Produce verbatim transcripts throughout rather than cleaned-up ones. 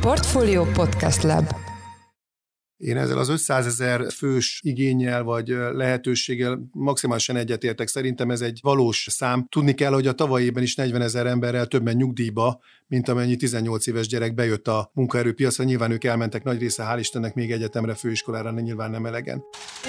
Portfolio Podcast Lab. Én ezzel az ötszázezer fős igénnyel vagy lehetőséggel maximálisan egyetértek. Szerintem ez egy valós szám. Tudni kell, hogy a tavalyi évben is negyvenezer emberrel többen nyugdíjba, mint amennyi tizennyolc éves gyerek bejött a munkaerőpiacra. Nyilván ők elmentek nagy része, hál' Istennek még egyetemre, főiskolára, nyilván nem elegen.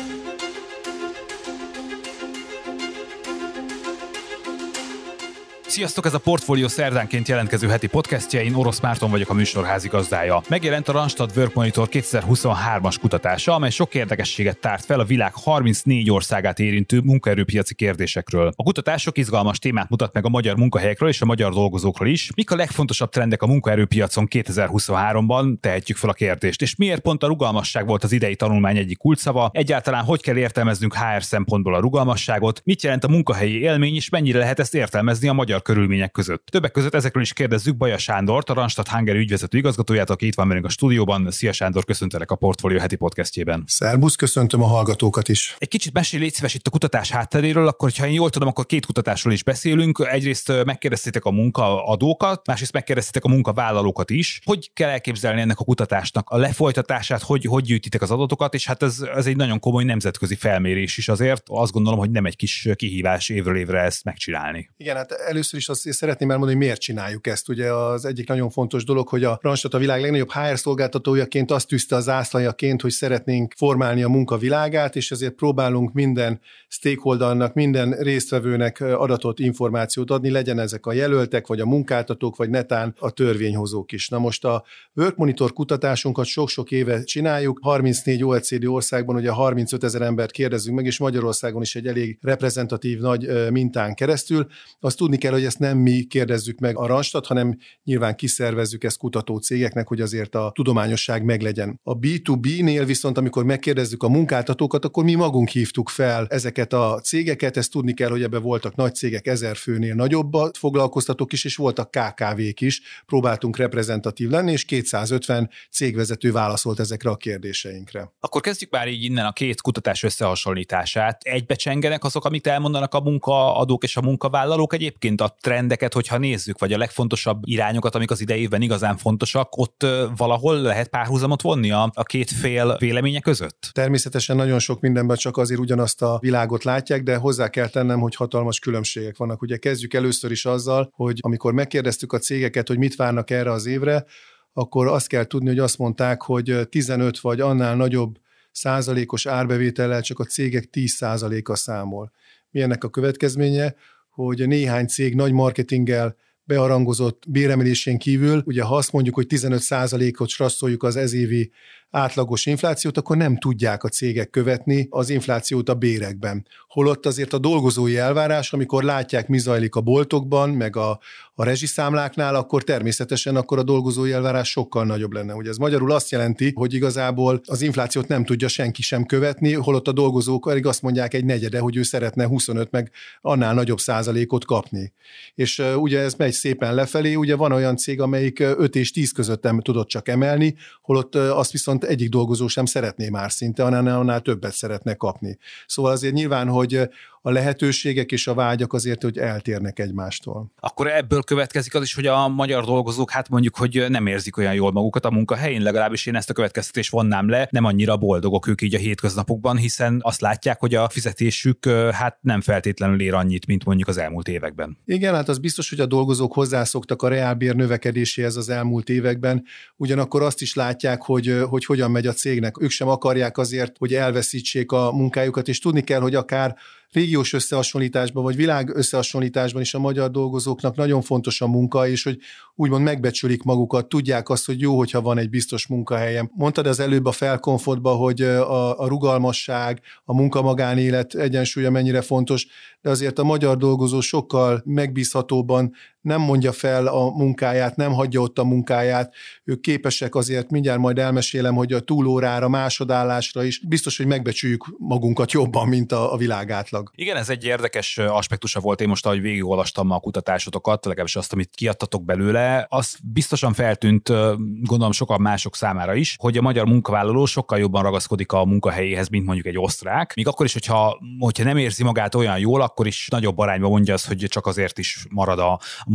Sziasztok, ez a Portfolio szerdánként jelentkező heti podcastje, én Orosz Márton vagyok, a műsor házigazdája. Megjelent a Randstad Workmonitor kétezer-huszonhármas kutatása, amely sok érdekességet tárt fel a világ harmincnégy országát érintő munkaerőpiaci kérdésekről. A kutatás sok izgalmas témát mutat meg a magyar munkahelyekről és a magyar dolgozókról is. Mik a legfontosabb trendek a munkaerőpiacon kétezer-huszonháromban? Tehetjük fel a kérdést. És miért pont a rugalmasság volt az idei tanulmány egyik kulcsszava? Egyáltalán hogy kell értelmeznünk há er szempontból a rugalmasságot? Mit jelent a munkahelyi élmény, és mennyire lehet ezt értelmezni a magyar körülmények között? Többek között ezekről is kérdezzük Baja Sándort, a Randstad Hungary ügyvezető igazgatóját, aki itt van velünk a stúdióban. Szia Sándor, köszöntelek a Portfolio heti podcastjében. Szerbusz, köszöntöm a hallgatókat is. Egy kicsit mesélj, légy szíves itt a kutatás hátteréről, akkor ha én jól tudom, akkor két kutatásról is beszélünk. Egyrészt megkérdeztétek a munkaadókat, másrészt megkérdeztétek a munkavállalókat is. Hogy kell elképzelni ennek a kutatásnak a lefolytatását, hogy hogy gyűjtitek az adatokat, és hát ez, ez egy nagyon komoly nemzetközi felmérés is azért. Azt gondolom, hogy nem egy kis kihívás évről évre ezt megcsinálni. Igen, hát először is azt szeretném elmondani, hogy miért csináljuk ezt. Ugye az egyik nagyon fontos dolog, hogy a Randstad a világ legnagyobb há er szolgáltatójaként azt tűzte az zászlajaként, hogy szeretnénk formálni a munkavilágát, és ezért próbálunk minden stakeholdernak, minden résztvevőnek adatot, információt adni, legyen ezek a jelöltek, vagy a munkáltatók, vagy netán a törvényhozók is. Na most a Workmonitor kutatásunkat sok-sok éve csináljuk, harmincnégy o e cé dé országban ugye harmincötezer embert kérdezzünk meg, és Magyarországon is egy elég reprezentatív nagy mintán keresztül. Azt tudni kell, hogy ezt nem mi kérdezzük meg a Randstad, hanem nyilván kiszervezzük ezt kutató cégeknek, hogy azért a tudományosság meglegyen. A bé kettő bé-nél viszont, amikor megkérdezzük a munkáltatókat, akkor mi magunk hívtuk fel ezeket a cégeket, ezt tudni kell, hogy ebben voltak nagy cégek, ezer főnél nagyobbat foglalkoztatók is, és voltak ká ká vék is, próbáltunk reprezentatív lenni, és kétszázötven cégvezető válaszolt ezekre a kérdéseinkre. Akkor kezdjük már így innen a két kutatás összehasonlítását. Egybecsengenek azok, amit elmondanak a munkaadók és a munkavállalók egyébként, a trendeket, hogyha nézzük, vagy a legfontosabb irányokat, amik az idei évben igazán fontosak, ott valahol lehet párhuzamot vonni a, a két fél véleménye között? Természetesen nagyon sok mindenben csak azért ugyanazt a világot látják, de hozzá kell tennem, hogy hatalmas különbségek vannak. Ugye kezdjük először is azzal, hogy amikor megkérdeztük a cégeket, hogy mit várnak erre az évre, akkor azt kell tudni, hogy azt mondták, hogy tizenöt vagy annál nagyobb százalékos árbevétellel csak a cégek tíz százaléka számol. Mi ennek a következménye? Hogy néhány cég nagy marketinggel beharangozott béremelésén kívül, ugye ha azt mondjuk, hogy tizenöt százalékot rasszoljuk az ezévi átlagos inflációt, akkor nem tudják a cégek követni az inflációt a bérekben. Holott azért a dolgozói elvárás, amikor látják, mi zajlik a boltokban, meg a, a rezsiszámláknál, akkor természetesen akkor a dolgozói elvárás sokkal nagyobb lenne. Ugye ez magyarul azt jelenti, hogy igazából az inflációt nem tudja senki sem követni, holott a dolgozók pedig azt mondják egy negyede, hogy ő szeretne huszonöt meg annál nagyobb százalékot kapni. És uh, ugye ez megy szépen lefelé, ugye van olyan cég, amelyik öt és tíz között nem tudott csak emelni, holott uh, azt viszont egyik dolgozó sem szeretné már szinte, annál, annál többet szeretne kapni. Szóval azért nyilván, hogy a lehetőségek és a vágyak azért, hogy eltérnek egymástól. Akkor ebből következik az is, hogy a magyar dolgozók, hát mondjuk, hogy nem érzik olyan jól magukat a munkahelyén, legalábbis én ezt a következtetést vonnám le, nem annyira boldogok ők így a hétköznapokban, hiszen azt látják, hogy a fizetésük hát nem feltétlenül ér annyit, mint mondjuk az elmúlt években. Igen, hát az biztos, hogy a dolgozók hozzászoktak a reálbér növekedéséhez az elmúlt években, ugyanakkor azt is látják, hogy, hogy hogyan megy a cégnek. Ők sem akarják azért, hogy elveszítsék a munkájukat, és tudni kell, hogy akár régiós összehasonlításban, vagy világ összehasonlításban is a magyar dolgozóknak nagyon fontos a munka, és hogy úgymond megbecsülik magukat, tudják azt, hogy jó, hogyha van egy biztos munkahelyem. Mondtad az előbb a felkomfortban, hogy a, a rugalmasság, a munka-magánélet egyensúlya mennyire fontos, de azért a magyar dolgozó sokkal megbízhatóban nem mondja fel a munkáját, nem hagyja ott a munkáját, ők képesek azért, mindjárt majd elmesélem, hogy a túlórára, másodállásra is biztos, hogy megbecsüljük magunkat jobban, mint a, a világ átlag. Igen, ez egy érdekes aspektusa volt, én most, ahogy végigolvastam a kutatásotokat, legalábbis azt, amit kiadtatok belőle, az biztosan feltűnt, gondolom sokan mások számára is, hogy a magyar munkavállaló sokkal jobban ragaszkodik a munkahelyéhez, mint mondjuk egy osztrák. Még akkor is, hogyha, hogyha nem érzi magát olyan jól, akkor is nagyobb arányban mondja azt, hogy csak azért is marad a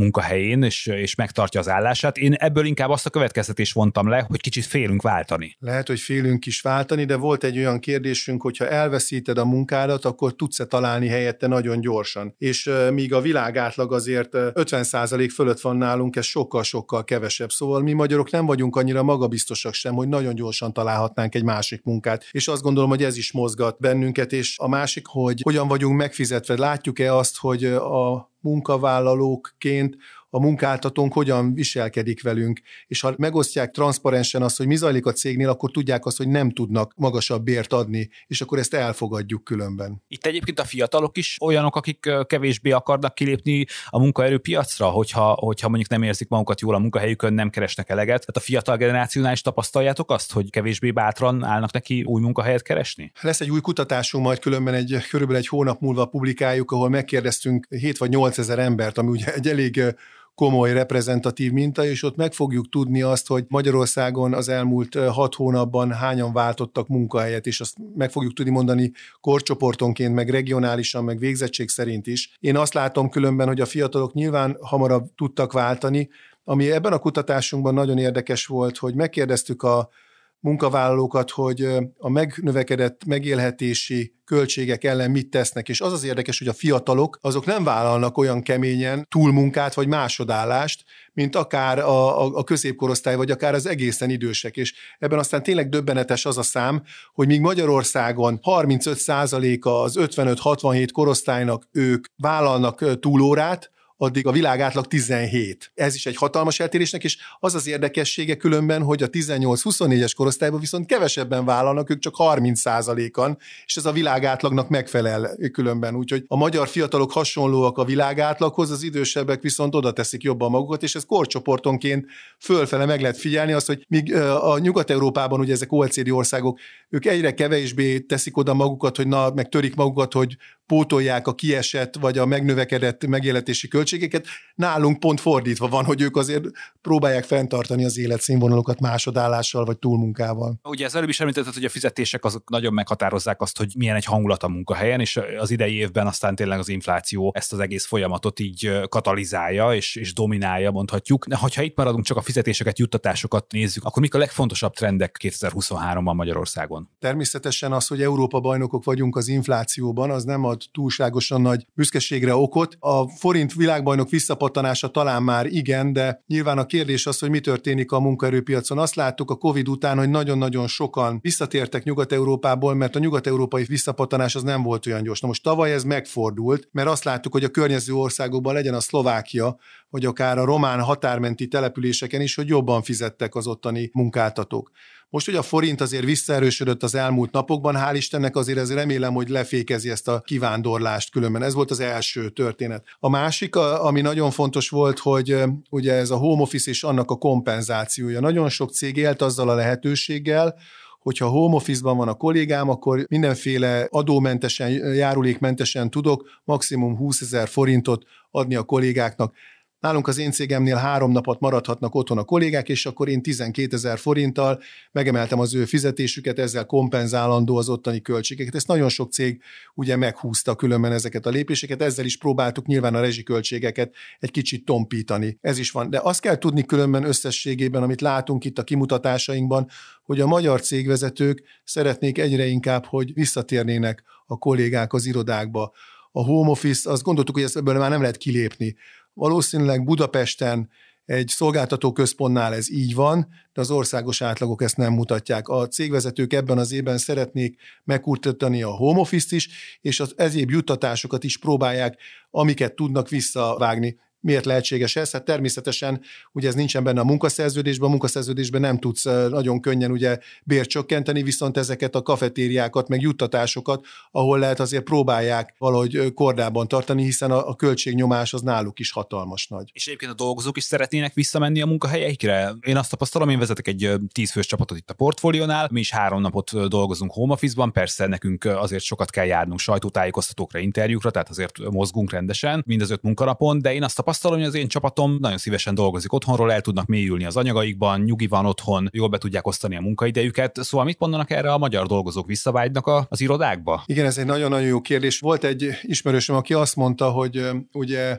munkahelyén, és, és megtartja az állását. Én ebből inkább azt a következtetést vontam le, hogy kicsit félünk váltani. Lehet, hogy félünk is váltani, de volt egy olyan kérdésünk, hogyha elveszíted a munkádat, akkor tudsz-e találni helyette nagyon gyorsan. És uh, míg a világ átlag azért uh, ötven százalék fölött van nálunk, ez sokkal-sokkal kevesebb. Szóval mi magyarok nem vagyunk annyira magabiztosak sem, hogy nagyon gyorsan találhatnánk egy másik munkát. És azt gondolom, hogy ez is mozgat bennünket, és a másik, hogy hogyan vagyunk megfizetve. Látjuk-e azt, hogy a munkavállalókként a munkáltatónk hogyan viselkedik velünk, és ha megosztják transzparensen azt, hogy mi zajlik a cégnél, akkor tudják azt, hogy nem tudnak magasabb bért adni, és akkor ezt elfogadjuk különben. Itt egyébként a fiatalok is olyanok, akik kevésbé akarnak kilépni a munkaerőpiacra, hogyha, hogyha mondjuk nem érzik magukat jól a munkahelyükön, nem keresnek eleget. Tehát a fiatal generációnál is tapasztaljátok azt, hogy kevésbé bátran állnak neki új munkahelyet keresni? Lesz egy új kutatásunk, majd különben egy, körülbelül egy hónap múlva publikáljuk, ahol megkérdeztünk hét vagy nyolc ezer embert, ami ugye egy elég komoly reprezentatív minta, és ott meg fogjuk tudni azt, hogy Magyarországon az elmúlt hat hónapban hányan váltottak munkahelyet, és azt meg fogjuk tudni mondani korcsoportonként, meg regionálisan, meg végzettség szerint is. Én azt látom különben, hogy a fiatalok nyilván hamarabb tudtak váltani, ami ebben a kutatásunkban nagyon érdekes volt, hogy megkérdeztük a munkavállalókat, hogy a megnövekedett megélhetési költségek ellen mit tesznek, és az az érdekes, hogy a fiatalok azok nem vállalnak olyan keményen túlmunkát vagy másodállást, mint akár a, a, a középkorosztály, vagy akár az egészen idősek, és ebben aztán tényleg döbbenetes az a szám, hogy míg Magyarországon harmincöt százaléka az ötvenöt-hatvanhét korosztálynak ők vállalnak túlórát, addig a világ átlag tizenhét. Ez is egy hatalmas eltérésnek, és az az érdekessége különben, hogy a tizennyolc-huszonnégyes korosztályban viszont kevesebben vállalnak, ők csak harminc százalékan, és ez a világ átlagnak megfelel különben. Úgyhogy a magyar fiatalok hasonlóak a világ átlaghoz, az idősebbek viszont oda teszik jobban magukat, és ez korcsoportonként fölfele meg lehet figyelni azt, hogy míg a Nyugat-Európában, ugye ezek o e cé dé országok, ők egyre kevésbé teszik oda magukat, hogy na, meg törik magukat, hogy pótolják a kiesett vagy a megnövekedett megélhetési költségeket. Nálunk pont fordítva van, hogy ők azért próbálják fenntartani az életszínvonalukat másodállással vagy túlmunkával. Ugye ez előbb is említetted, hogy a fizetések azok nagyon meghatározzák azt, hogy milyen egy hangulat a munkahelyen, és az idei évben aztán tényleg az infláció ezt az egész folyamatot így katalizálja és, és dominálja, mondhatjuk. De ha itt maradunk, csak a fizetéseket, juttatásokat nézzük, akkor mik a legfontosabb trendek kétezer-huszonháromban Magyarországon? Természetesen az, hogy Európa bajnokok vagyunk az inflációban, az nem ad túlságosan nagy büszkeségre okot. A forint világbajnok visszapattanása talán már igen, de nyilván a kérdés az, hogy mi történik a munkaerőpiacon. Azt láttuk a Covid után, hogy nagyon-nagyon sokan visszatértek Nyugat-Európából, mert a nyugat-európai visszapattanás az nem volt olyan gyors. Na most tavaly ez megfordult, mert azt láttuk, hogy a környező országokban, legyen a Szlovákia, vagy akár a román határmenti településeken is, hogy jobban fizettek az ottani munkáltatók. Most, hogy a forint azért visszaerősödött az elmúlt napokban, hál' Istennek azért ez remélem, hogy lefékezi ezt a kivándorlást különben. Ez volt az első történet. A másik, ami nagyon fontos volt, hogy ugye ez a home office és annak a kompenzációja. Nagyon sok cég élt azzal a lehetőséggel, hogyha home office-ban van a kollégám, akkor mindenféle adómentesen, járulékmentesen tudok maximum húszezer forintot adni a kollégáknak. Nálunk az én cégemnél három napot maradhatnak otthon a kollégák, és akkor én tizenkétezer forinttal megemeltem az ő fizetésüket, ezzel kompenzálandó az ottani költségeket. Ezt nagyon sok cég ugye meghúzta különben ezeket a lépéseket, ezzel is próbáltuk nyilván a rezsiköltségeket egy kicsit tompítani. Ez is van. De azt kell tudni különben összességében, amit látunk itt a kimutatásainkban, hogy a magyar cégvezetők szeretnék egyre inkább, hogy visszatérnének a kollégák az irodákba. A home office, azt gondoltuk, hogy ebből már nem lehet kilépni. Valószínűleg Budapesten egy szolgáltató központnál ez így van, de az országos átlagok ezt nem mutatják. A cégvezetők ebben az évben szeretnék megkurtítani a home office-t is, és az egyéb juttatásokat is próbálják, amiket tudnak visszavágni. Miért lehetséges ez? Hát természetesen ugye ez nincsen benne a munkaszerződésben, a munkaszerződésben nem tudsz nagyon könnyen ugye bért csökkenteni, viszont ezeket a kafetériákat, meg juttatásokat, ahol lehet azért próbálják valahogy kordában tartani, hiszen a, a költségnyomás az náluk is hatalmas nagy. És egyébként a dolgozók is szeretnének visszamenni a munkahelyeikre? Én azt tapasztalom, én vezetek egy tízfős csapatot itt a Portfóliónál, mi is három napot dolgozunk home office-ban, persze nekünk azért sokat kell járnunk sajtótájékoztatókra, interjúkra, tehát azért mozgunk rendesen, mind az öt munkanapon, de én azt tapasztalom, hogy az én csapatom nagyon szívesen dolgozik otthonról, el tudnak mélyülni az anyagaikban, nyugi van otthon, jól be tudják osztani a munkaidejüket. Szóval mit mondanak erre a magyar dolgozók? Visszavágynak a, az irodákba? Igen, ez egy nagyon-nagyon jó kérdés. Volt egy ismerősöm, aki azt mondta, hogy ugye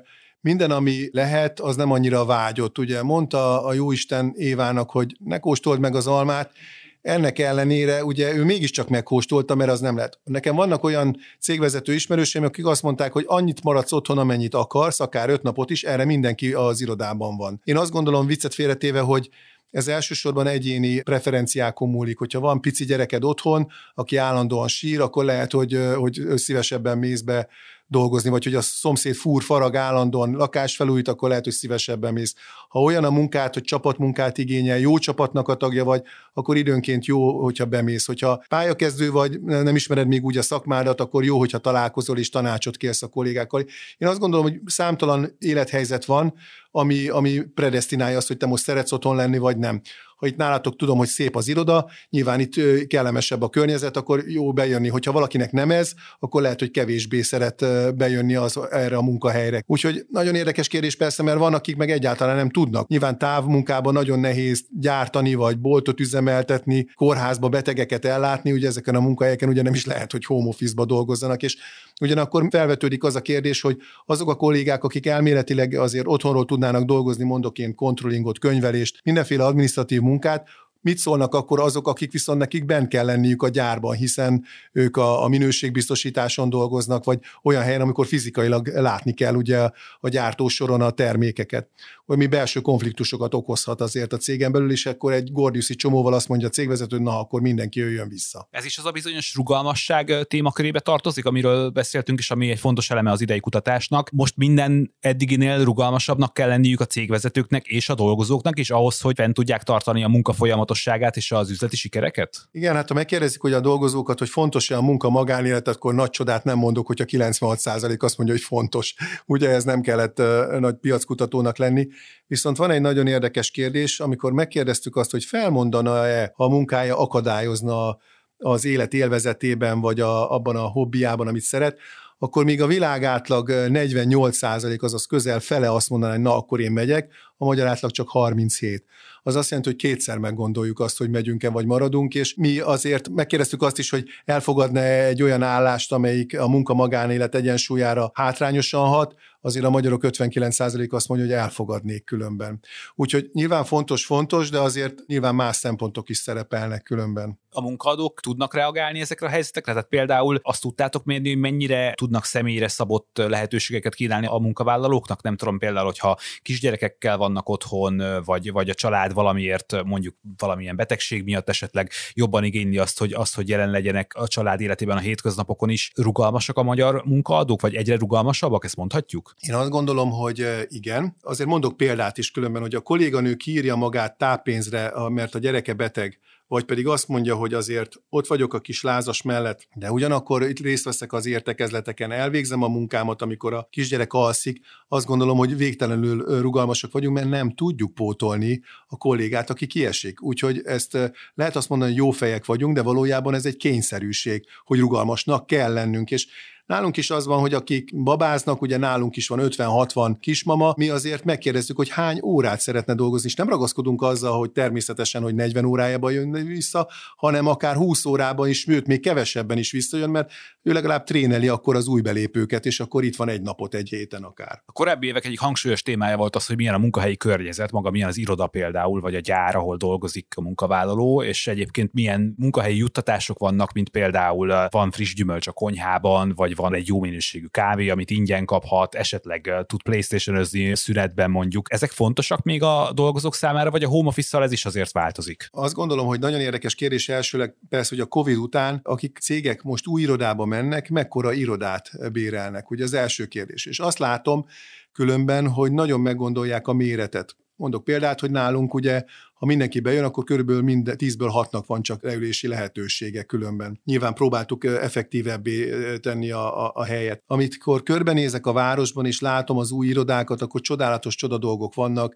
minden, ami lehet, az nem annyira vágyott. Ugye mondta a jóisten Évának, hogy ne kóstold meg az almát, ennek ellenére ugye ő mégiscsak megkóstolta, mert az nem lehet. Nekem vannak olyan cégvezető ismerőseim, akik azt mondták, hogy annyit maradsz otthon, amennyit akarsz, akár öt napot is, erre mindenki az irodában van. Én azt gondolom, viccet félretéve, hogy ez elsősorban egyéni preferenciákon múlik. Hogyha van pici gyereked otthon, aki állandóan sír, akkor lehet, hogy, hogy szívesebben mész be dolgozni, vagy hogy a szomszéd fúr, farag állandóan lakást felújít, akkor lehet, hogy szívesebben mész. Ha olyan a munkát, hogy csapatmunkát igényel, jó csapatnak a tagja vagy, akkor időnként jó, hogyha bemész. Hogyha pályakezdő vagy, nem ismered még úgy a szakmádat, akkor jó, hogyha találkozol és tanácsot kérsz a kollégákkal. Én azt gondolom, hogy számtalan élethelyzet van, ami, ami predesztinálja azt, hogy te most szeretsz otthon lenni, vagy nem. Ha itt nálatok tudom, hogy szép az iroda, nyilván itt kellemesebb a környezet, akkor jó bejönni. Hogyha valakinek nem ez, akkor lehet, hogy kevésbé szeret bejönni az, erre a munkahelyre. Úgyhogy nagyon érdekes kérdés persze, mert van, akik meg egyáltalán nem tudnak. Nyilván távmunkában nagyon nehéz gyártani, vagy boltot üzemeltetni, kórházba betegeket ellátni, ugye ezeken a munkahelyeken ugye nem is lehet, hogy home office-ba dolgozzanak, és ugyanakkor felvetődik az a kérdés, hogy azok a kollégák, akik elméletileg azért otthonról tudnának dolgozni, mondok én controllingot, könyvelést, mindenféle adminisztratív munkát, mit szólnak akkor azok, akik viszont nekik bent kell lenniük a gyárban, hiszen ők a, a minőségbiztosításon dolgoznak, vagy olyan helyen, amikor fizikailag látni kell ugye a gyártósoron a termékeket, hogy mi belső konfliktusokat okozhat azért a cégen belül, és akkor egy gordiuszi csomóval azt mondja a cégvezető, hogy na, akkor mindenki jöjjön vissza. Ez is az a bizonyos rugalmasság témakörébe tartozik, amiről beszéltünk, és ami egy fontos eleme az idei kutatásnak. Most minden eddiginél rugalmasabbnak kell lenniük a cégvezetőknek és a dolgozóknak, és ahhoz, hogy fent tudják tartani a munkafolyamatot és az üzleti sikereket? Igen, hát ha megkérdezik, hogy a dolgozókat, hogy fontos-e a munka magánélet, akkor nagy csodát nem mondok, hogyha kilencvenhat százalék azt mondja, hogy fontos. Ugye ez nem kellett uh, nagy piackutatónak lenni. Viszont van egy nagyon érdekes kérdés, amikor megkérdeztük azt, hogy felmondana-e, ha a munkája akadályozna az élet élvezetében, vagy a, abban a hobbiában, amit szeret, akkor még a világ átlag negyvennyolc százalék, azaz közel fele azt mondaná, hogy na, akkor én megyek, a magyar átlag csak harminchét. Az azt jelenti, hogy kétszer meggondoljuk azt, hogy megyünk-e vagy maradunk, és mi azért megkérdeztük azt is, hogy elfogadna egy olyan állást, amelyik a munka-magánélet egyensúlyára hátrányosan hat, azért a magyarok ötvenkilenc százalék azt mondja, hogy elfogadnék különben. Úgyhogy nyilván fontos, fontos, de azért nyilván más szempontok is szerepelnek különben. A munkaadók tudnak reagálni ezekre a helyzetekre? Tehát például azt tudtátok mérni, hogy mennyire tudnak személyre szabott lehetőségeket kínálni a munkavállalóknak? Nem tudom, például, hogyha kisgyerekekkel vannak otthon, vagy, vagy a család valamiért, mondjuk valamilyen betegség miatt esetleg jobban igényli azt, hogy, azt, hogy jelen legyenek a család életében a hétköznapokon is. Rugalmasak a magyar munkaadók, vagy egyre rugalmasabbak, ezt mondhatjuk? Én azt gondolom, hogy igen. Azért mondok példát is különben, hogy a kolléganő kiírja magát táppénzre, mert a gyereke beteg, vagy pedig azt mondja, hogy azért ott vagyok a kis lázas mellett, de ugyanakkor itt részt veszek az értekezleteken, elvégzem a munkámat, amikor a kisgyerek alszik, azt gondolom, hogy végtelenül rugalmasak vagyunk, mert nem tudjuk pótolni a kollégát, aki kiesik. Úgyhogy ezt lehet azt mondani, hogy jó fejek vagyunk, de valójában ez egy kényszerűség, hogy rugalmasnak kell lennünk, és nálunk is az van, hogy akik babáznak, ugye nálunk is van ötven-hatvan kismama, mi azért megkérdezzük, hogy hány órát szeretne dolgozni, és nem ragaszkodunk azzal, hogy természetesen, hogy negyven órájában jön vissza, hanem akár húsz órában is, sőt, még kevesebben is visszajön, mert ő legalább tréneli akkor az új belépőket, és akkor itt van egy napot egy héten akár. A korábbi évek egyik hangsúlyos témája volt az, hogy milyen a munkahelyi környezet, maga milyen az iroda például, vagy a gyár, ahol dolgozik a munkavállaló, és egyébként milyen munkahelyi juttatások vannak, mint például van friss gyümölcs a konyhában, vagy van egy jó minőségű kávé, amit ingyen kaphat, esetleg tud PlayStation-özni szünetben mondjuk. Ezek fontosak még a dolgozók számára, vagy a home office-szal ez is azért változik? Azt gondolom, hogy nagyon érdekes kérdés elsőleg persze, hogy a Covid után, akik cégek most új irodába mennek, mekkora irodát bérelnek, ugye az első kérdés. És azt látom különben, hogy nagyon meggondolják a méretet. Mondok példát, hogy nálunk ugye, ha mindenki bejön, akkor körülbelül minden tízből hatnak van csak leülési lehetősége különben. Nyilván próbáltuk effektívebbé tenni a, a, a helyet. Amikor körbenézek a városban és látom az új irodákat, akkor csodálatos csoda dolgok vannak,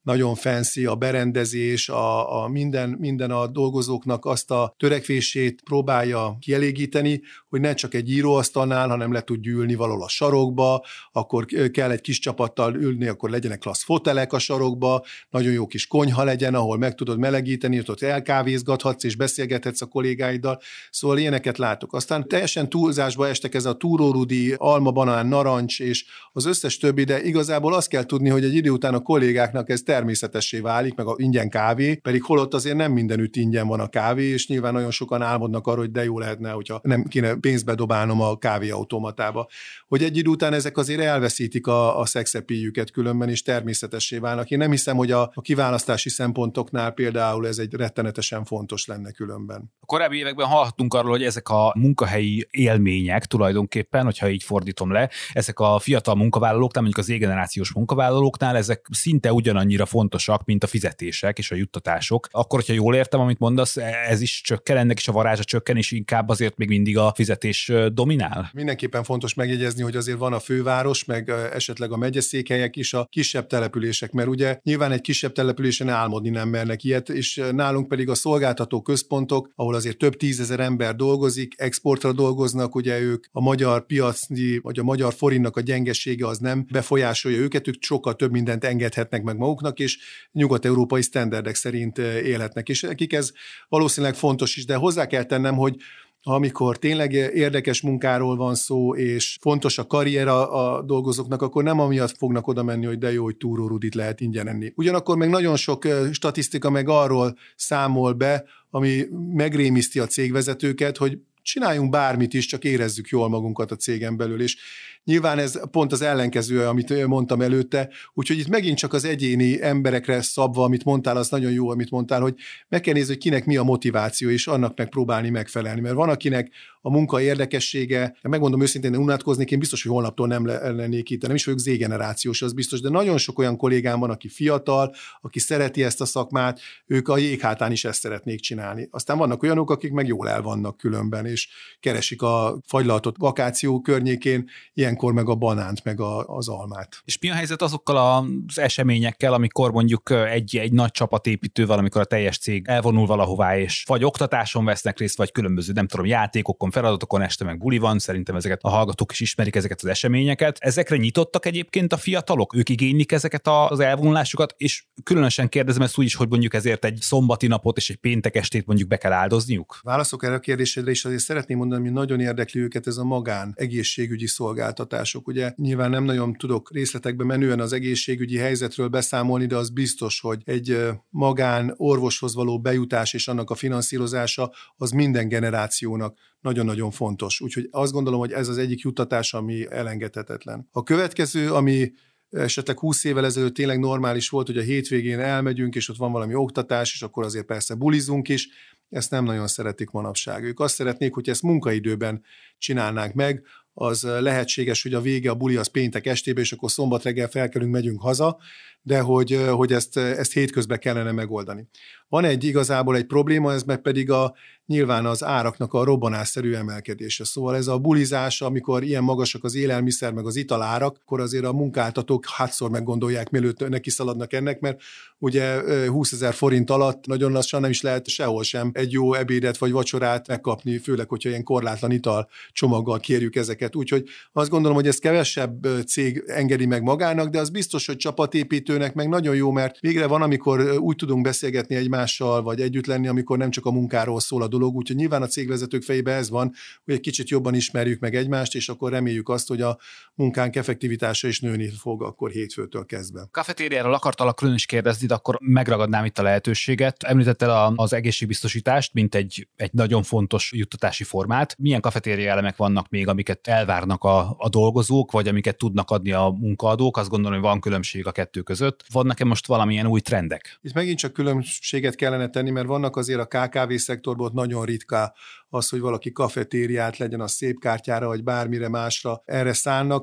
nagyon fancy, a berendezés, a, a minden, minden a dolgozóknak azt a törekvését próbálja kielégíteni, hogy ne csak egy íróasztalnál, hanem le tud ülni valahol a sarokba, akkor kell egy kis csapattal ülni, akkor legyenek klassz fotelek a sarokba, nagyon jó kis konyha legyen, ahol meg tudod melegíteni, ott elkávézgathatsz és beszélgethetsz a kollégáiddal, szóval ilyeneket látok. Aztán teljesen túlzásba estek ez a túrórudi, alma, banán, narancs és az összes többi, de igazából azt kell tudni, hogy egy idő után a kollégáknak ez természetessé válik, meg a ingyen kávé, pedig holott azért nem mindenütt ingyen van a kávé, és nyilván nagyon sokan álmodnak arról, hogy de jó lehetne, hogyha nem kéne pénzbe dobálnom a kávéautomatába. Hogy egy idő után ezek azért elveszítik a, a szexepíjüket különben, és természetessé válnak. Én nem hiszem, hogy a, a kiválasztási szempontoknál például ez egy rettenetesen fontos lenne különben. A korábbi években hallhattunk arról, hogy ezek a munkahelyi élmények tulajdonképpen, hogyha így fordítom le, ezek a fiatal munkavállalóknál, mondjuk az Z-generációs munkavállalóknál, ezek szinte ugyanannyira fontosak, mint a fizetések és a juttatások. Akkor, hogyha jól értem, amit mondasz, ez is csökken, ennek is a varázsa csökken, és inkább azért még mindig a fizetés dominál? Mindenképpen fontos megjegyezni, hogy azért van a főváros, meg esetleg a megyeszékhelyek is, a kisebb települések, mert ugye nyilván egy kisebb településen álmodni nem mernek ilyet, és nálunk pedig a szolgáltató központok, ahol azért több tízezer ember dolgozik, exportra dolgoznak, ugye ők a magyar piaci, vagy a magyar forintnak a gyengesége az nem befolyásolja őket, ők sokkal több mindent engedhetnek meg maguknak, és nyugat-európai sztenderdek szerint élhetnek. És nekik ez valószínűleg fontos is, de hozzá kell tennem, hogy amikor tényleg érdekes munkáról van szó, és fontos a karrier a, a dolgozóknak, akkor nem amiatt fognak oda menni, hogy de jó, hogy túrórudit lehet ingyen enni. Ugyanakkor meg nagyon sok statisztika meg arról számol be, ami megrémiszti a cégvezetőket, hogy csináljunk bármit is, csak érezzük jól magunkat a cégen belül, és nyilván ez pont az ellenkező, amit mondtam előtte, úgyhogy itt megint csak az egyéni emberekre szabva, amit mondtál, az nagyon jó, amit mondtál, hogy meg kell nézni, hogy kinek mi a motiváció, és annak megpróbálni megfelelni, mert van, akinek a munka érdekessége, megmondom őszintén, unatkoznék, én biztos, hogy holnaptól nem lennék itt, nem is vagyok Z-generációs, az biztos, de nagyon sok olyan kollégám van, aki fiatal, aki szereti ezt a szakmát, ők a jéghátán is ezt szeretnék csinálni. Aztán vannak olyanok, akik meg jól el vannak különben, és keresik a fagylaltot vakáció környékén, ilyenkor meg a banánt, meg a, az almát. És mi a helyzet azokkal az eseményekkel, amikor mondjuk egy, egy nagy csapatépítő, valamikor a teljes cég elvonul valahová, és vagy oktatáson vesznek részt, vagy különböző, nem tudom, játékokon, feladatokon, este meg buli van, szerintem ezeket a hallgatók is ismerik ezeket az eseményeket. Ezekre nyitottak egyébként a fiatalok? Ők igénylik ezeket az elvonulásukat, és különösen kérdezem ezt úgy is, hogy mondjuk ezért egy szombati napot és egy péntek estét mondjuk be kell áldozniuk? Válaszok erre a kérdésedre, és azért szeretném mondani, hogy nagyon érdekli őket ez a magán egészségügyi szolgáltatások. Ugye nyilván nem nagyon tudok részletekbe menően az egészségügyi helyzetről beszámolni, de az biztos, hogy egy magán orvoshoz való bejutás és annak a finanszírozása az minden generációnak nagyon-nagyon fontos. Úgyhogy azt gondolom, hogy ez az egyik juttatás, ami elengedhetetlen. A következő, ami esetleg húsz évvel ezelőtt tényleg normális volt, hogy a hétvégén elmegyünk, és ott van valami oktatás, és akkor azért persze bulizunk is, ezt nem nagyon szeretik manapság. Ők azt szeretnék, hogy ezt munkaidőben csinálnánk meg, az lehetséges, hogy a vége a buli az péntek estében, és akkor szombat reggel felkelünk, megyünk haza, de hogy, hogy ezt, ezt hétközben kellene megoldani. Van egy igazából egy probléma, ez meg pedig a, nyilván az áraknak a robbanásszerű emelkedése. Szóval ez a bulizás, amikor ilyen magasak az élelmiszer, meg az italárak, akkor azért a munkáltatók hátszor meggondolják, mielőtt neki szaladnak ennek, mert ugye húszezer forint alatt nagyon lassan nem is lehet sehol sem egy jó ebédet vagy vacsorát megkapni, főleg, hogyha ilyen korlátlan ital csomaggal kérjük ezeket. Úgyhogy azt gondolom, hogy ezt kevesebb cég engedi meg magának, de az biztos, hogy csapatépítőnek meg nagyon jó, mert végre van, amikor úgy tudunk beszélgetni egymással, vagy együtt lenni, amikor nem csak a munkáról szól a dolog, úgyhogy nyilván a cégvezetők fejében ez van, hogy egy kicsit jobban ismerjük meg egymást, és akkor reméljük azt, hogy a munkánk effektivitása is nőni fog akkor hétfőtől kezdve. Kafetériáról akartalak külön is kérdezni, de akkor megragadnám itt a lehetőséget. Említetted az egészségbiztosítást, mint egy, egy nagyon fontos juttatási formát. Milyen kafetéria elemek vannak még, amiket elvárnak a, a dolgozók, vagy amiket tudnak adni a munkaadók? Azt gondolom, hogy van különbség a kettő között. Vannak-e most valamilyen új trendek? Itt megint csak különbséget kellene tenni, mert vannak azért a ká ká vé szektorban nagyon ritka az, hogy valaki kafetériát legyen a szép kártyára, vagy bármire másra erre szánnak.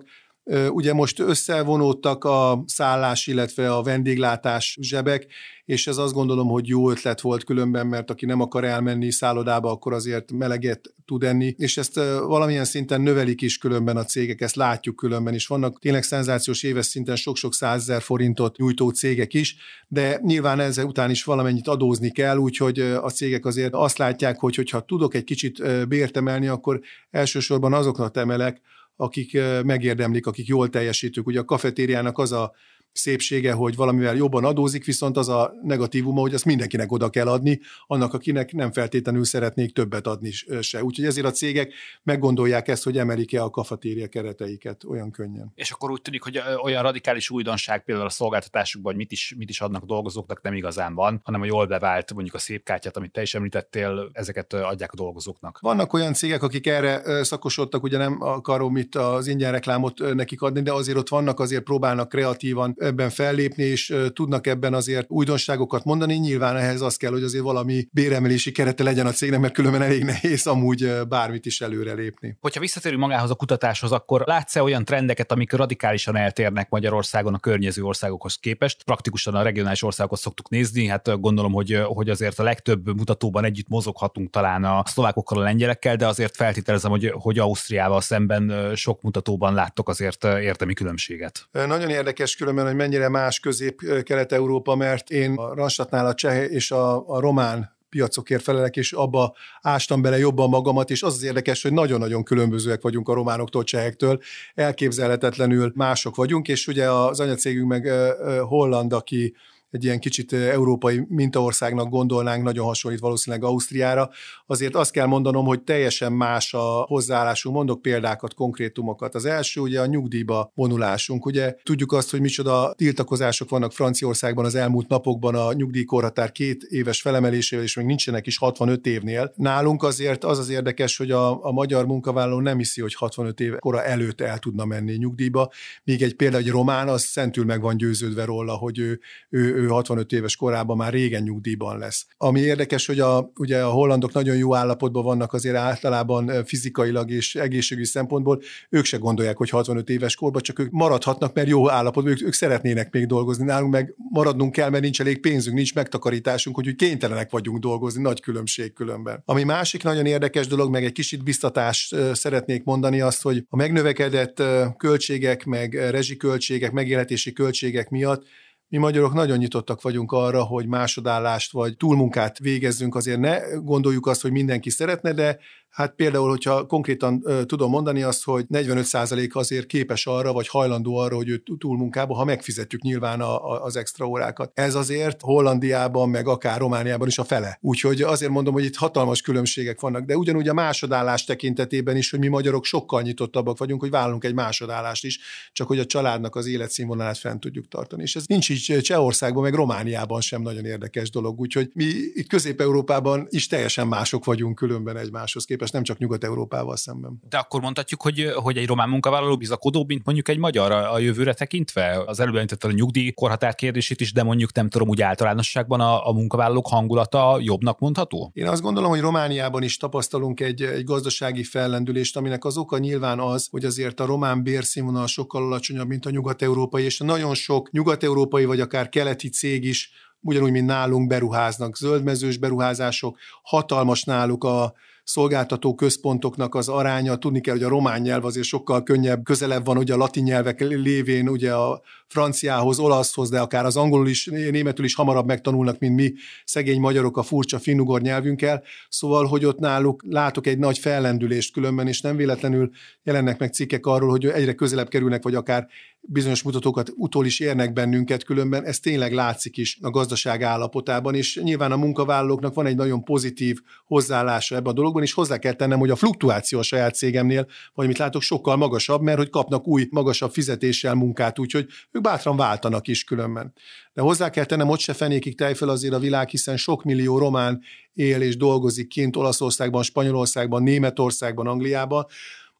Ugye most összevonódtak a szállás, illetve a vendéglátás zsebek, és ez azt gondolom, hogy jó ötlet volt különben, mert aki nem akar elmenni szállodába, akkor azért meleget tud enni, és ezt valamilyen szinten növelik is különben a cégek, ezt látjuk különben, és vannak tényleg szenzációs éves szinten sok-sok százezer forintot nyújtó cégek is, de nyilván ezzel után is valamennyit adózni kell, úgyhogy a cégek azért azt látják, hogy hogyha tudok egy kicsit bért emelni, akkor elsősorban azoknak emelek, akik megérdemlik, akik jól teljesítők. Ugye a kafetériának az a szépsége, hogy valamivel jobban adózik, viszont az a negatívuma, hogy azt mindenkinek oda kell adni, annak, akinek nem feltétlenül szeretnék többet adni se. Úgyhogy ezért a cégek meggondolják ezt, hogy emelik-e a kafetéria kereteiket olyan könnyen. És akkor úgy tűnik, hogy olyan radikális újdonság például a szolgáltatásukban, hogy mit is, mit is adnak a dolgozóknak, nem igazán van, hanem a jól bevált, mondjuk a szép kártyát, amit te is említettél, ezeket adják a dolgozóknak. Vannak olyan cégek, akik erre szakosodtak, ugye nem akarom itt az ingyen reklámot nekik adni, de azért ott vannak, azért próbálnak kreatívan ebben fellépni, és tudnak ebben azért újdonságokat mondani. Nyilván ehhez az kell, hogy azért valami béremelési kerete legyen a cégnek, mert különben elég nehéz amúgy bármit is előrelépni. Hogyha visszatérünk magához a kutatáshoz, akkor látsz-e olyan trendeket, amik radikálisan eltérnek Magyarországon a környező országokhoz képest? Praktikusan a regionális országokhoz szoktuk nézni, hát gondolom, hogy, hogy azért a legtöbb mutatóban együtt mozoghatunk talán a szlovákokkal, a lengyelekkel, de azért feltételezem, hogy, hogy Ausztriával szemben sok mutatóban láttok azért érdemi különbséget. Nagyon érdekes különben, hogy mennyire más Közép-Kelet-Európa, mert én a Randstadnál a cseh és a, a román piacokért felelek, és abba ástam bele jobban magamat, és az az érdekes, hogy nagyon-nagyon különbözőek vagyunk a románoktól, csehektől, elképzelhetetlenül mások vagyunk, és ugye az anyacégünk meg holland, aki egy ilyen kicsit európai mintaországnak gondolnánk, nagyon hasonlít valószínűleg Ausztriára. Azért azt kell mondanom, hogy teljesen más a hozzáállásunk. Mondok példákat, konkrétumokat. Az első ugye a nyugdíjba vonulásunk. Ugye tudjuk azt, hogy micsoda tiltakozások vannak Franciaországban az elmúlt napokban a nyugdíjkorhatár két éves felemelésével, és még nincsenek is hatvanöt évnél. Nálunk azért az az érdekes, hogy a, a magyar munkavállaló nem hiszi, hogy hatvanöt év kora előtt el tudna menni nyugdíjba. Még egy példa, egy román, az szentül meg van győződve róla, hogy ő, ő ő hatvanöt éves korában már régen nyugdíjban lesz. Ami érdekes, hogy a, ugye a hollandok nagyon jó állapotban vannak azért általában fizikailag és egészségügyi szempontból, ők se gondolják, hogy hatvanöt éves korban, csak ők maradhatnak, mert jó állapotban, ők, ők szeretnének még dolgozni. Nálunk meg maradnunk kell, mert nincs elég pénzünk, nincs megtakarításunk, úgyhogy kénytelenek vagyunk dolgozni, nagy különbség különben. Ami másik nagyon érdekes dolog, meg egy kicsit biztatást szeretnék mondani azt, hogy a megnövekedett költségek, meg rezsiköltségek, megélhetési költségek miatt mi magyarok nagyon nyitottak vagyunk arra, hogy másodállást vagy túlmunkát végezzünk, azért ne gondoljuk azt, hogy mindenki szeretne, de hát például, hogyha konkrétan uh, tudom mondani azt, hogy negyvenöt százalék azért képes arra, vagy hajlandó arra, hogy ő túlmunkába, ha megfizetjük nyilván a, a, az extra órákat. Ez azért Hollandiában, meg akár Romániában is a fele. Úgyhogy azért mondom, hogy itt hatalmas különbségek vannak, de ugyanúgy a másodállás tekintetében is, hogy mi magyarok sokkal nyitottabbak vagyunk, hogy vállalunk egy másodállást is, csak hogy a családnak az életszínvonalát fent tudjuk tartani. És ez nincs így Csehországban, meg Romániában sem nagyon érdekes dolog. Úgyhogy mi itt Közép-Európában is teljesen mások vagyunk különben egymáshoz képest, nem csak Nyugat-Európával szemben. De akkor mondhatjuk, hogy, hogy egy román munkavállaló bizakodóbb, mint mondjuk egy magyar a, a jövőre tekintve? Az előbb említetted a nyugdíj korhatár kérdését is, de mondjuk nem tudom, úgy általánosságban a, a munkavállalók hangulata jobbnak mondható? Én azt gondolom, hogy Romániában is tapasztalunk egy, egy gazdasági fellendülést, aminek az oka nyilván az, hogy azért a román bérszínvonal sokkal alacsonyabb, mint a nyugat-európai, és nagyon sok nyugat-európai vagy akár keleti cég is ugyanúgy, mint nálunk beruháznak. Zöldmezős beruházások, hatalmas náluk a szolgáltató központoknak az aránya. Tudni kell, hogy a román nyelv azért sokkal könnyebb, közelebb van ugye a latin nyelvek lévén, ugye a franciához, olaszhoz, de akár az angolul is, németül is hamarabb megtanulnak, mint mi szegény magyarok a furcsa finnugor nyelvünkkel. Szóval, hogy ott náluk látok egy nagy fellendülést különben, és nem véletlenül jelennek meg cikkek arról, hogy egyre közelebb kerülnek, vagy akár bizonyos mutatókat utól is érnek bennünket különben. Ez tényleg látszik is a gazdaság állapotában, és nyilván a munkavállalóknak van egy nagyon pozitív hozzáállása ebben a dologban, és hozzá kell tennem, hogy a fluktuáció a saját cégemnél, vagy mit látok, sokkal magasabb, mert hogy kapnak új, magasabb fizetéssel munkát, úgyhogy ők bátran váltanak is különben. De hozzá kell tennem, ott se fenékig tejföl azért a világ, hiszen sok millió román él és dolgozik kint Olaszországban, Spanyolországban, Németországban, Angliában.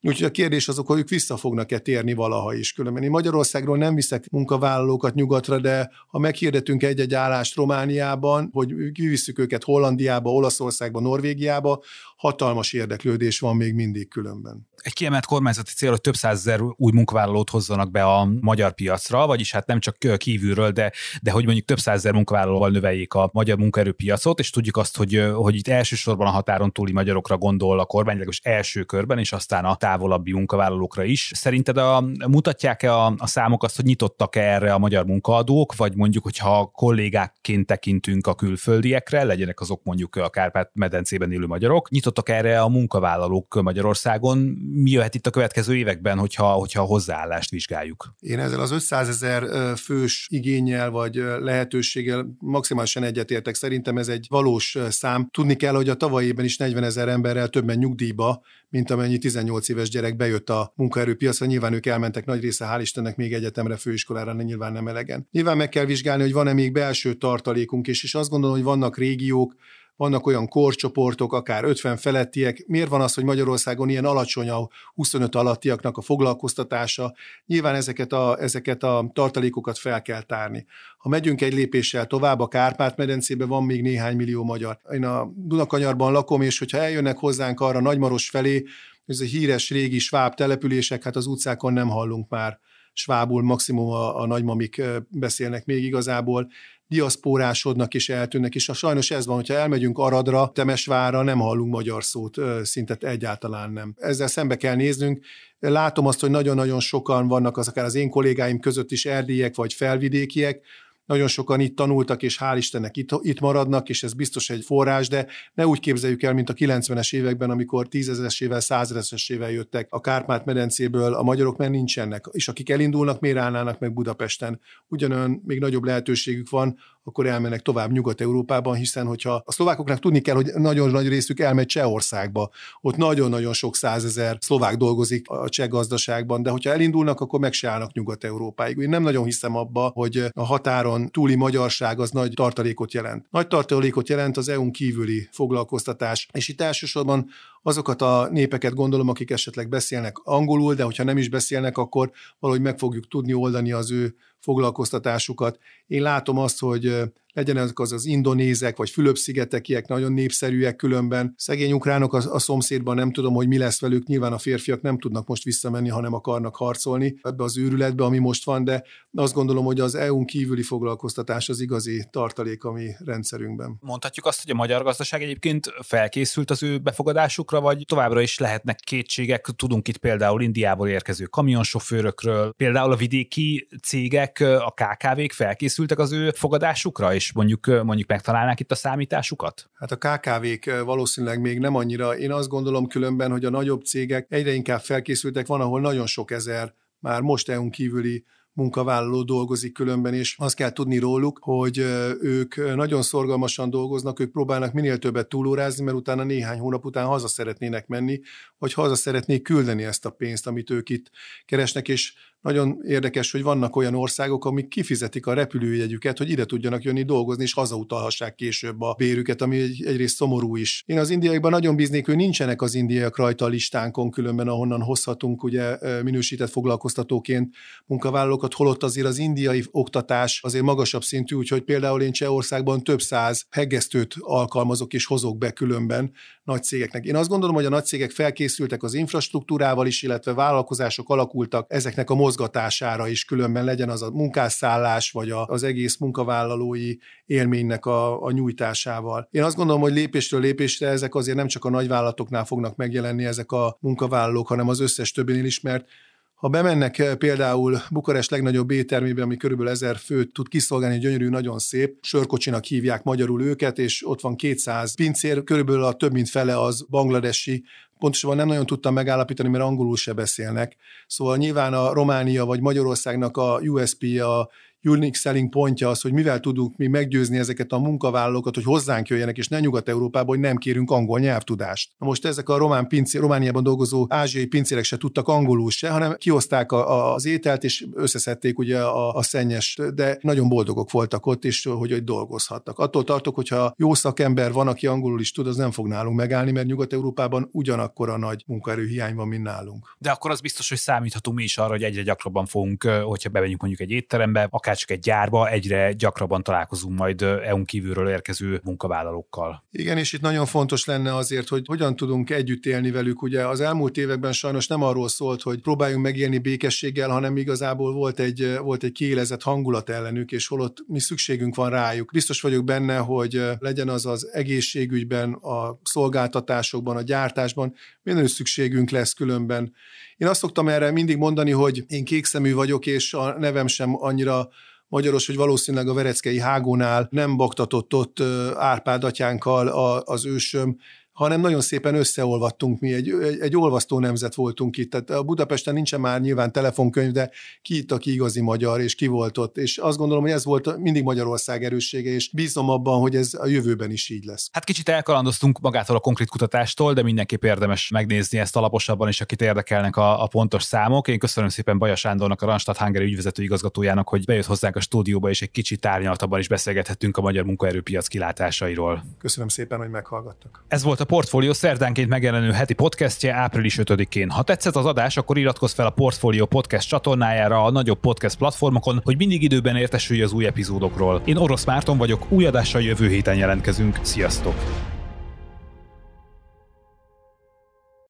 Úgyhogy a kérdés azok, hogy ők vissza fognak-e térni valaha is. Különben én Magyarországról nem viszek munkavállalókat nyugatra, de ha meghirdetünk egy-egy állást Romániában, hogy kivisszük őket Hollandiába, Olaszországba, Norvégiába, hatalmas érdeklődés van még mindig különben. Egy kiemelt kormányzati cél, hogy több százezer új munkavállalót hozzanak be a magyar piacra, vagyis hát nem csak kívülről, de, de hogy mondjuk több százezer munkavállalóval növeljék a magyar munkaerőpiacot, és tudjuk azt, hogy, hogy itt elsősorban a határon túli magyarokra gondol a kormány, legalábbis első körben, és aztán a távolabbi munkavállalókra is. Szerinted a, mutatják-e a, a számok azt, hogy nyitottak-e erre a magyar munkaadók, vagy mondjuk, hogyha kollégákként tekintünk a külföldiekre, legyenek azok mondjuk a Kárpát-medencében élő magyarok, nyitottak erre a munkavállalók Magyarországon? Mi jöhet itt a következő években, hogyha, hogyha a hozzáállást vizsgáljuk? Én ezzel az ötszázezer fős igénnyel vagy lehetőséggel maximálisan egyetértek. Szerintem ez egy valós szám. Tudni kell, hogy a tavalyi évben is negyvenezer emberrel többen nyugdíjba, mint amennyi tizennyolc éves gyerek bejött a munkaerőpiacra. Nyilván ők elmentek nagy része, hál' Istennek, még egyetemre, főiskolára, nyilván nem elegen. Nyilván meg kell vizsgálni, hogy van-e még belső tartalékunk, és, és azt gondolom, hogy vannak régiók, vannak olyan korcsoportok, akár ötven felettiek. Miért van az, hogy Magyarországon ilyen alacsony a huszonöt alattiaknak a foglalkoztatása? Nyilván ezeket a, ezeket a tartalékokat fel kell tárni. Ha megyünk egy lépéssel tovább, a Kárpát-medencében van még néhány millió magyar. Én a Dunakanyarban lakom, és hogyha eljönnek hozzánk arra Nagymaros felé, ez a híres régi sváb települések, hát az utcákon nem hallunk már svábul, maximum a, a nagymamik beszélnek még igazából, diaszpórásodnak és eltűnnek, és sajnos ez van, hogyha elmegyünk Aradra, Temesvárra, nem hallunk magyar szót, szinte egyáltalán nem. Ezzel szembe kell néznünk. Látom azt, hogy nagyon-nagyon sokan vannak, az akár az én kollégáim között is erdélyiek vagy felvidékiek, nagyon sokan itt tanultak, és hál' Istennek itt, itt maradnak, és ez biztos egy forrás, de ne úgy képzeljük el, mint a kilencvenes években, amikor tízezeresével, százezeresével jöttek a Kárpát-medencéből a magyarok, mert nincsenek. És akik elindulnak, miért állnának meg Budapesten? Ugyanolyan még nagyobb lehetőségük van, akkor elmennek tovább Nyugat-Európában, hiszen hogyha a szlovákoknak tudni kell, hogy nagyon nagy részük elmegy Csehországba, ott nagyon-nagyon sok százezer szlovák dolgozik a cseh gazdaságban, de hogyha elindulnak, akkor meg se állnak Nyugat-Európáig. Én nem nagyon hiszem abba, hogy a határon túli magyarság az nagy tartalékot jelent. Nagy tartalékot jelent az é u-n kívüli foglalkoztatás, és itt elsősorban azokat a népeket gondolom, akik esetleg beszélnek angolul, de hogyha nem is beszélnek, akkor valahogy meg fogjuk tudni oldani az ő foglalkoztatásukat. Én látom azt, hogy legyenek az az indonézek, vagy Fülöp-szigetekiek, nagyon népszerűek különben. Szegény ukránok a, a szomszédban, nem tudom, hogy mi lesz velük. Nyilván a férfiak nem tudnak most visszamenni, hanem akarnak harcolni ebbe az őrületbe, ami most van, de azt gondolom, hogy az é u-n kívüli foglalkoztatás az igazi tartalék a mi rendszerünkben. Mondhatjuk azt, hogy a magyar gazdaság egyébként felkészült az ő befogadásukra, vagy továbbra is lehetnek kétségek? Tudunk itt például Indiából érkező kamionsofőrökről, például a vidéki cégek, a ká ká vék felkészültek az ő fogadásukra, és mondjuk, mondjuk megtalálnák itt a számításukat? Hát a ká ká vék valószínűleg még nem annyira. Én azt gondolom különben, hogy a nagyobb cégek egyre inkább felkészültek, van, ahol nagyon sok ezer már most é u-n kívüli munkavállaló dolgozik különben, és azt kell tudni róluk, hogy ők nagyon szorgalmasan dolgoznak, ők próbálnak minél többet túlórázni, mert utána néhány hónap után haza szeretnének menni, vagy haza szeretnék küldeni ezt a pénzt, amit ők itt keresnek, és nagyon érdekes, hogy vannak olyan országok, amik kifizetik a repülőjegyüket, hogy ide tudjanak jönni dolgozni, és hazautalhassák később a bérüket, ami egy, egyrészt szomorú is. Én az indiaiakban nagyon bíznék, hogy nincsenek az indiaiak rajta a listánkon, különben ahonnan hozhatunk ugye minősített foglalkoztatóként munkavállalókat, holott azért az indiai oktatás azért magasabb szintű, úgyhogy például én Csehországban több száz hegesztőt alkalmazok és hozok be különben nagy cégeknek. Én azt gondolom, hogy a nagy cégek felkészültek az infrastruktúrával is, illetve vállalkozások alakultak ezeknek a mozgatására is, különben legyen az a munkásszállás, vagy a, az egész munkavállalói élménynek a, a nyújtásával. Én azt gondolom, hogy lépésről lépésre ezek azért nem csak a nagyvállalatoknál fognak megjelenni ezek a munkavállalók, hanem az összes többinél is, mert ha bemennek például Bukarest legnagyobb éttermébe, ami körülbelül ezer főt tud kiszolgálni, gyönyörű, nagyon szép, sörkocsinak hívják magyarul őket, és ott van kétszáz pincér, körülbelül a több mint fele az bangladesi, pontosabban nem nagyon tudtam megállapítani, mert angolul se beszélnek. Szóval nyilván a Románia vagy Magyarországnak a u es pé, a unique selling pontja az, hogy mivel tudunk mi meggyőzni ezeket a munkavállalókat, hogy hozzánk jöjjenek, és ne Nyugat-Európába, hogy nem kérünk angol nyelvtudást. Na most ezek a román pincér, Romániában dolgozó ázsiai pincérek se tudtak angolul se, hanem kihozták a, a, az ételt, és összeszedték ugye a, a szennyes, de nagyon boldogok voltak ott, és hogy, hogy dolgozhattak. Attól tartok, hogyha jó szakember van, aki angolul is tud, az nem fog nálunk megállni, mert Nyugat-Európában ugyanakkor a nagy munkaerőhiány van, mint nálunk. De akkor az biztos, hogy számíthatunk mi is arra, hogy egyre gyakrabban fogunk, hogyha bemegyünk mondjuk egy étterembe, akár csak egy gyárba, egyre gyakrabban találkozunk majd é u-n kívülről érkező munkavállalókkal. Igen, és itt nagyon fontos lenne azért, hogy hogyan tudunk együtt élni velük. Ugye az elmúlt években sajnos nem arról szólt, hogy próbáljunk megélni békességgel, hanem igazából volt egy, volt egy kiélezett hangulat ellenük, és holott mi szükségünk van rájuk. Biztos vagyok benne, hogy legyen az az egészségügyben, a szolgáltatásokban, a gyártásban, mindenütt szükségünk lesz különben. Én azt szoktam erre mindig mondani, hogy én kékszemű vagyok, és a nevem sem annyira magyaros, hogy valószínűleg a vereckei hágónál nem baktatott ott Árpád atyánkkal az ősöm, hanem nagyon szépen összeolvadtunk mi, egy, egy, egy olvasztó nemzet voltunk itt. Tehát a Budapesten nincsen már nyilván telefonkönyv, de ki itt, aki igazi magyar, és ki volt ott. És azt gondolom, hogy ez volt mindig Magyarország erőssége, és bízom abban, hogy ez a jövőben is így lesz. Hát kicsit elkalandoztunk magától a konkrét kutatástól, de mindenképp érdemes megnézni ezt alaposabban is, akit érdekelnek a, a pontos számok. Én köszönöm szépen Baja Sándornak, a Randstad Hungary ügyvezető igazgatójának, hogy bejött hozzánk a stúdióba, és egy kicsit tárnyaltabban is beszélgethettünk a magyar munkaerőpiac kilátásairól. Köszönöm szépen, hogy meghallgattak. Ez volt a Portfolio szerdánként megjelenő heti podcastje április ötödikén. Ha tetszett az adás, akkor iratkozz fel a Portfolio podcast csatornájára a nagyobb podcast platformokon, hogy mindig időben értesülj az új epizódokról. Én Orosz Márton vagyok, új adással jövő héten jelentkezünk. Sziasztok!